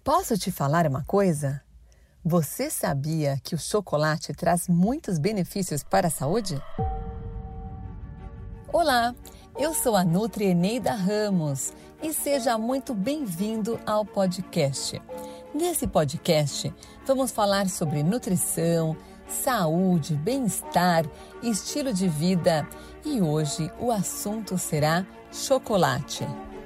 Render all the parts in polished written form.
Posso te falar uma coisa? Você sabia que o chocolate traz muitos benefícios para a saúde? Olá, eu sou a Nutri Eneida Ramos e seja muito bem-vindo ao podcast. Nesse podcast, vamos falar sobre nutrição, saúde, bem-estar, estilo de vida e hoje o assunto será chocolate.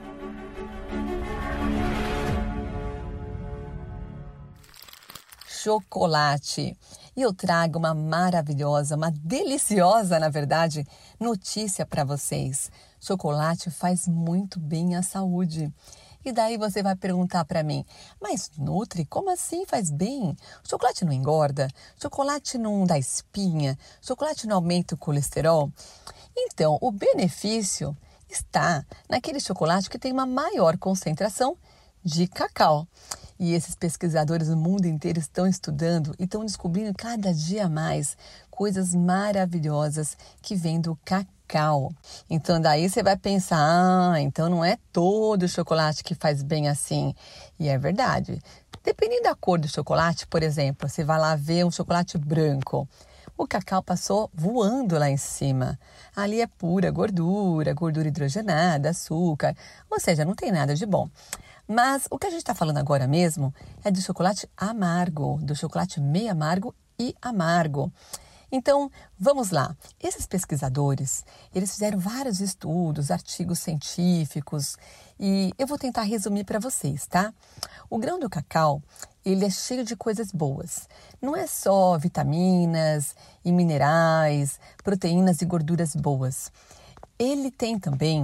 Chocolate. E eu trago uma maravilhosa, uma deliciosa, na verdade, notícia para vocês. Chocolate faz muito bem à saúde. E daí você vai perguntar para mim, mas Nutri, como assim faz bem? Chocolate não engorda? Chocolate não dá espinha? Chocolate não aumenta o colesterol? Então, o benefício está naquele chocolate que tem uma maior concentração de cacau. E esses pesquisadores do mundo inteiro estão estudando e estão descobrindo cada dia mais coisas maravilhosas que vêm do cacau. Então daí você vai pensar, então não é todo chocolate que faz bem assim. E é verdade. Dependendo da cor do chocolate, por exemplo, você vai lá ver um chocolate branco. O cacau passou voando lá em cima. Ali é pura gordura, gordura hidrogenada, açúcar, ou seja, não tem nada de bom. Mas o que a gente está falando agora mesmo é do chocolate amargo, do chocolate meio amargo e amargo. Então, vamos lá. Esses pesquisadores, eles fizeram vários estudos, artigos científicos e eu vou tentar resumir para vocês, tá? O grão do cacau, ele é cheio de coisas boas. Não é só vitaminas e minerais, proteínas e gorduras boas. Ele tem também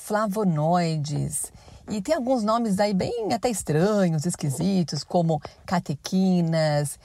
flavonoides. E tem alguns nomes aí bem até estranhos, esquisitos, como catequinas,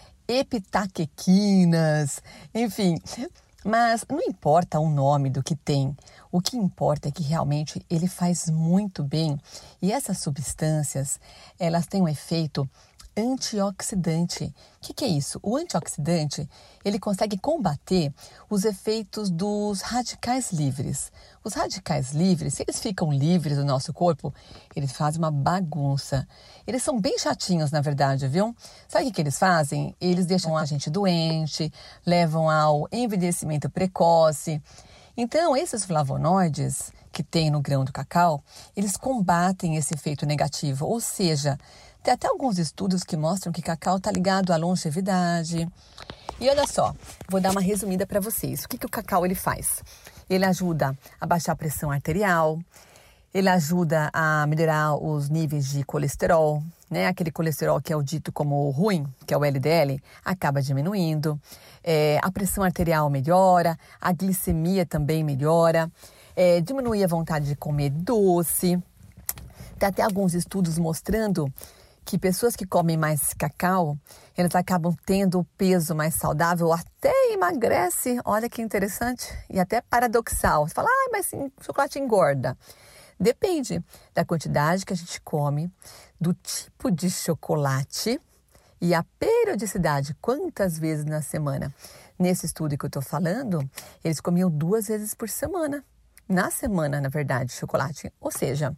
epitaquequinas, enfim. Mas não importa o nome do que tem, o que importa é que realmente ele faz muito bem. E essas substâncias, elas têm um efeito antioxidante. O que é isso? O antioxidante, ele consegue combater os efeitos dos radicais livres. Os radicais livres, se eles ficam livres do nosso corpo, eles fazem uma bagunça. Eles são bem chatinhos, na verdade, viu? Sabe o que eles fazem? Eles deixam a gente doente, levam ao envelhecimento precoce. Então, esses flavonoides que tem no grão do cacau, eles combatem esse efeito negativo, ou seja, tem até alguns estudos que mostram que cacau está ligado à longevidade. E olha só, vou dar uma resumida para vocês. O que o cacau ele faz? Ele ajuda a baixar a pressão arterial, ele ajuda a melhorar os níveis de colesterol, né? Aquele colesterol que é o dito como ruim, que é o LDL, acaba diminuindo. A pressão arterial melhora, a glicemia também melhora, diminui a vontade de comer doce. Tem até alguns estudos mostrando que pessoas que comem mais cacau, elas acabam tendo o peso mais saudável, até emagrece. Olha que interessante e até paradoxal. Você fala, mas sim, chocolate engorda. Depende da quantidade que a gente come, do tipo de chocolate e a periodicidade, quantas vezes na semana. Nesse estudo que eu estou falando, eles comiam 2 vezes por semana. Na semana, na verdade, chocolate. Ou seja,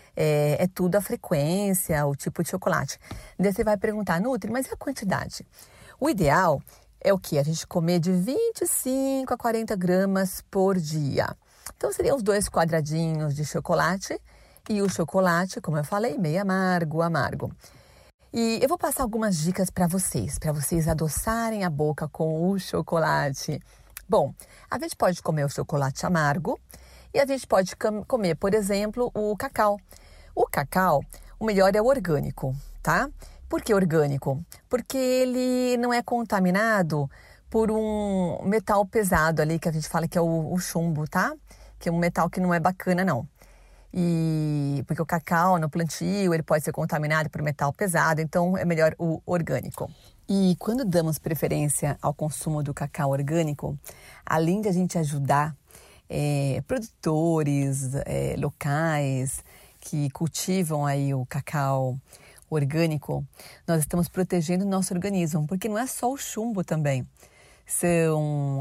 é tudo a frequência, o tipo de chocolate. Daí você vai perguntar, Nutri, mas e a quantidade? O ideal é o quê? A gente comer de 25 a 40 gramas por dia. Então, seriam os 2 quadradinhos de chocolate e o chocolate, como eu falei, meio amargo, amargo. E eu vou passar algumas dicas para vocês adoçarem a boca com o chocolate. Bom, a gente pode comer o chocolate amargo e a gente pode comer, por exemplo, o cacau. O cacau, o melhor é o orgânico, tá? Por que orgânico? Porque ele não é contaminado por um metal pesado ali, que a gente fala que é o chumbo, tá? Que é um metal que não é bacana, não. E porque o cacau no plantio, ele pode ser contaminado por metal pesado, então é melhor o orgânico. E quando damos preferência ao consumo do cacau orgânico, além de a gente ajudar produtores locais que cultivam aí o cacau orgânico, nós estamos protegendo o nosso organismo, porque não é só o chumbo também. são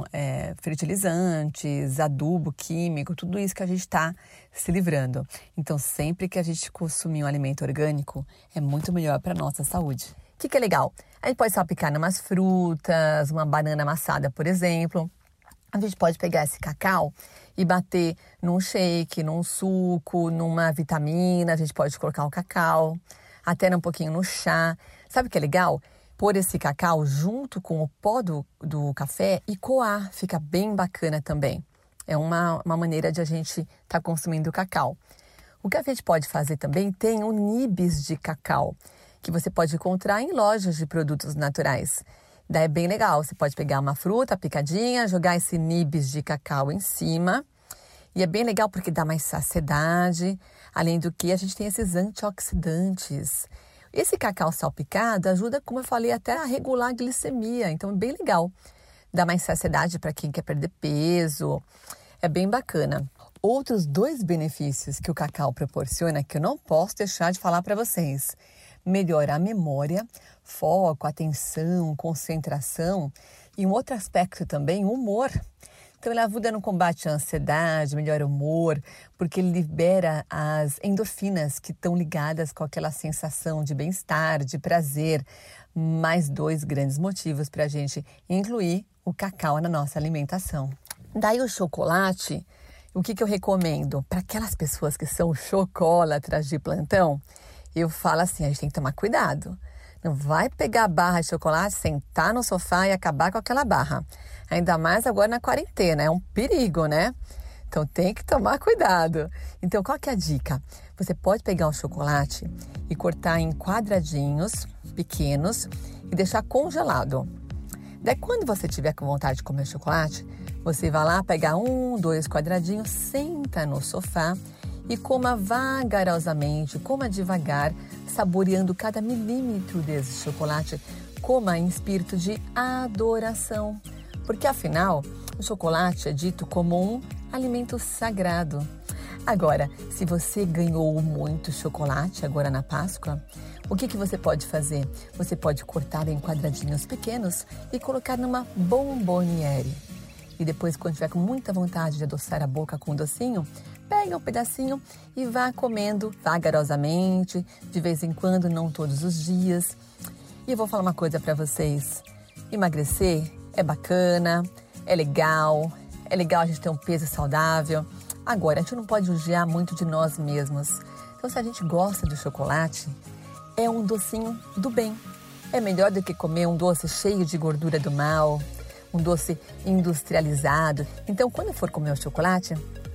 fertilizantes, adubo químico, tudo isso que a gente está se livrando. Então, sempre que a gente consumir um alimento orgânico, é muito melhor para a nossa saúde. O que é legal? A gente pode salpicar em umas frutas, uma banana amassada, por exemplo. A gente pode pegar esse cacau e bater num shake, num suco, numa vitamina. A gente pode colocar o cacau, até um pouquinho no chá. Sabe o que é legal? Pôr esse cacau junto com o pó do café e coar. Fica bem bacana também. É uma maneira de a gente estar consumindo cacau. O que a gente pode fazer também, tem o nibs de cacau, que você pode encontrar em lojas de produtos naturais. Daí é bem legal, você pode pegar uma fruta picadinha, jogar esse nibs de cacau em cima. E é bem legal porque dá mais saciedade, além do que a gente tem esses antioxidantes. Esse cacau salpicado ajuda, como eu falei, até a regular a glicemia, então é bem legal. Dá mais saciedade para quem quer perder peso, é bem bacana. Outros 2 benefícios que o cacau proporciona, que eu não posso deixar de falar para vocês. Melhora a memória, foco, atenção, concentração e um outro aspecto também, o humor. Então ele ajuda no combate à ansiedade, melhora o humor, porque ele libera as endorfinas que estão ligadas com aquela sensação de bem-estar, de prazer. Mais 2 grandes motivos para a gente incluir o cacau na nossa alimentação. Daí o chocolate, o que eu recomendo? Para aquelas pessoas que são chocolatras de plantão, eu falo assim, a gente tem que tomar cuidado. Não vai pegar a barra de chocolate, sentar no sofá e acabar com aquela barra. Ainda mais agora na quarentena, é um perigo, né? Então tem que tomar cuidado. Então qual que é a dica? Você pode pegar o chocolate e cortar em quadradinhos pequenos e deixar congelado. Daí quando você tiver com vontade de comer chocolate, você vai lá pegar 1, 2 quadradinhos, senta no sofá e coma vagarosamente, coma devagar, saboreando cada milímetro desse chocolate. Coma em espírito de adoração, porque afinal, o chocolate é dito como um alimento sagrado. Agora, se você ganhou muito chocolate agora na Páscoa, o que você pode fazer? Você pode cortar em quadradinhos pequenos e colocar numa bomboniere. E depois, quando tiver com muita vontade de adoçar a boca com um docinho, pega um pedacinho e vá comendo vagarosamente, de vez em quando, não todos os dias. E eu vou falar uma coisa para vocês. Emagrecer é bacana, é legal a gente ter um peso saudável. Agora, a gente não pode judiar muito de nós mesmos. Então, se a gente gosta do chocolate, é um docinho do bem. É melhor do que comer um doce cheio de gordura do mal, um doce industrializado. Então, quando for comer o chocolate,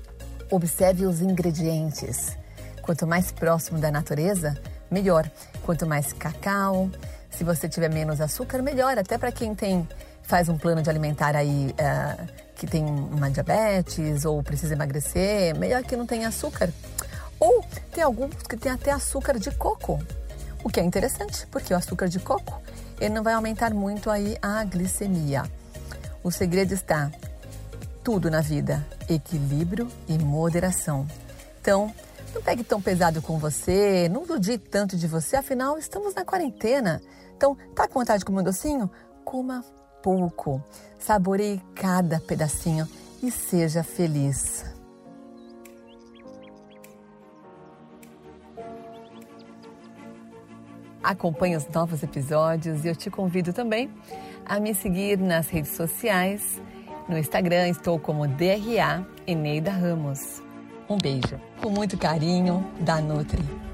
observe os ingredientes. Quanto mais próximo da natureza, melhor. Quanto mais cacau, se você tiver menos açúcar, melhor. Até para quem faz um plano de alimentar aí, que tem uma diabetes ou precisa emagrecer, melhor que não tenha açúcar. Ou tem alguns que tem até açúcar de coco, o que é interessante, porque o açúcar de coco, ele não vai aumentar muito aí a glicemia. O segredo está tudo na vida, equilíbrio e moderação. Então, não pegue tão pesado com você, não judia tanto de você, afinal estamos na quarentena. Então, tá com vontade de comer um docinho? Coma pouco, saboreie cada pedacinho e seja feliz. Acompanhe os novos episódios e eu te convido também a me seguir nas redes sociais. No Instagram estou como DRA Eneida Ramos. Um beijo. Com muito carinho, da Nutri.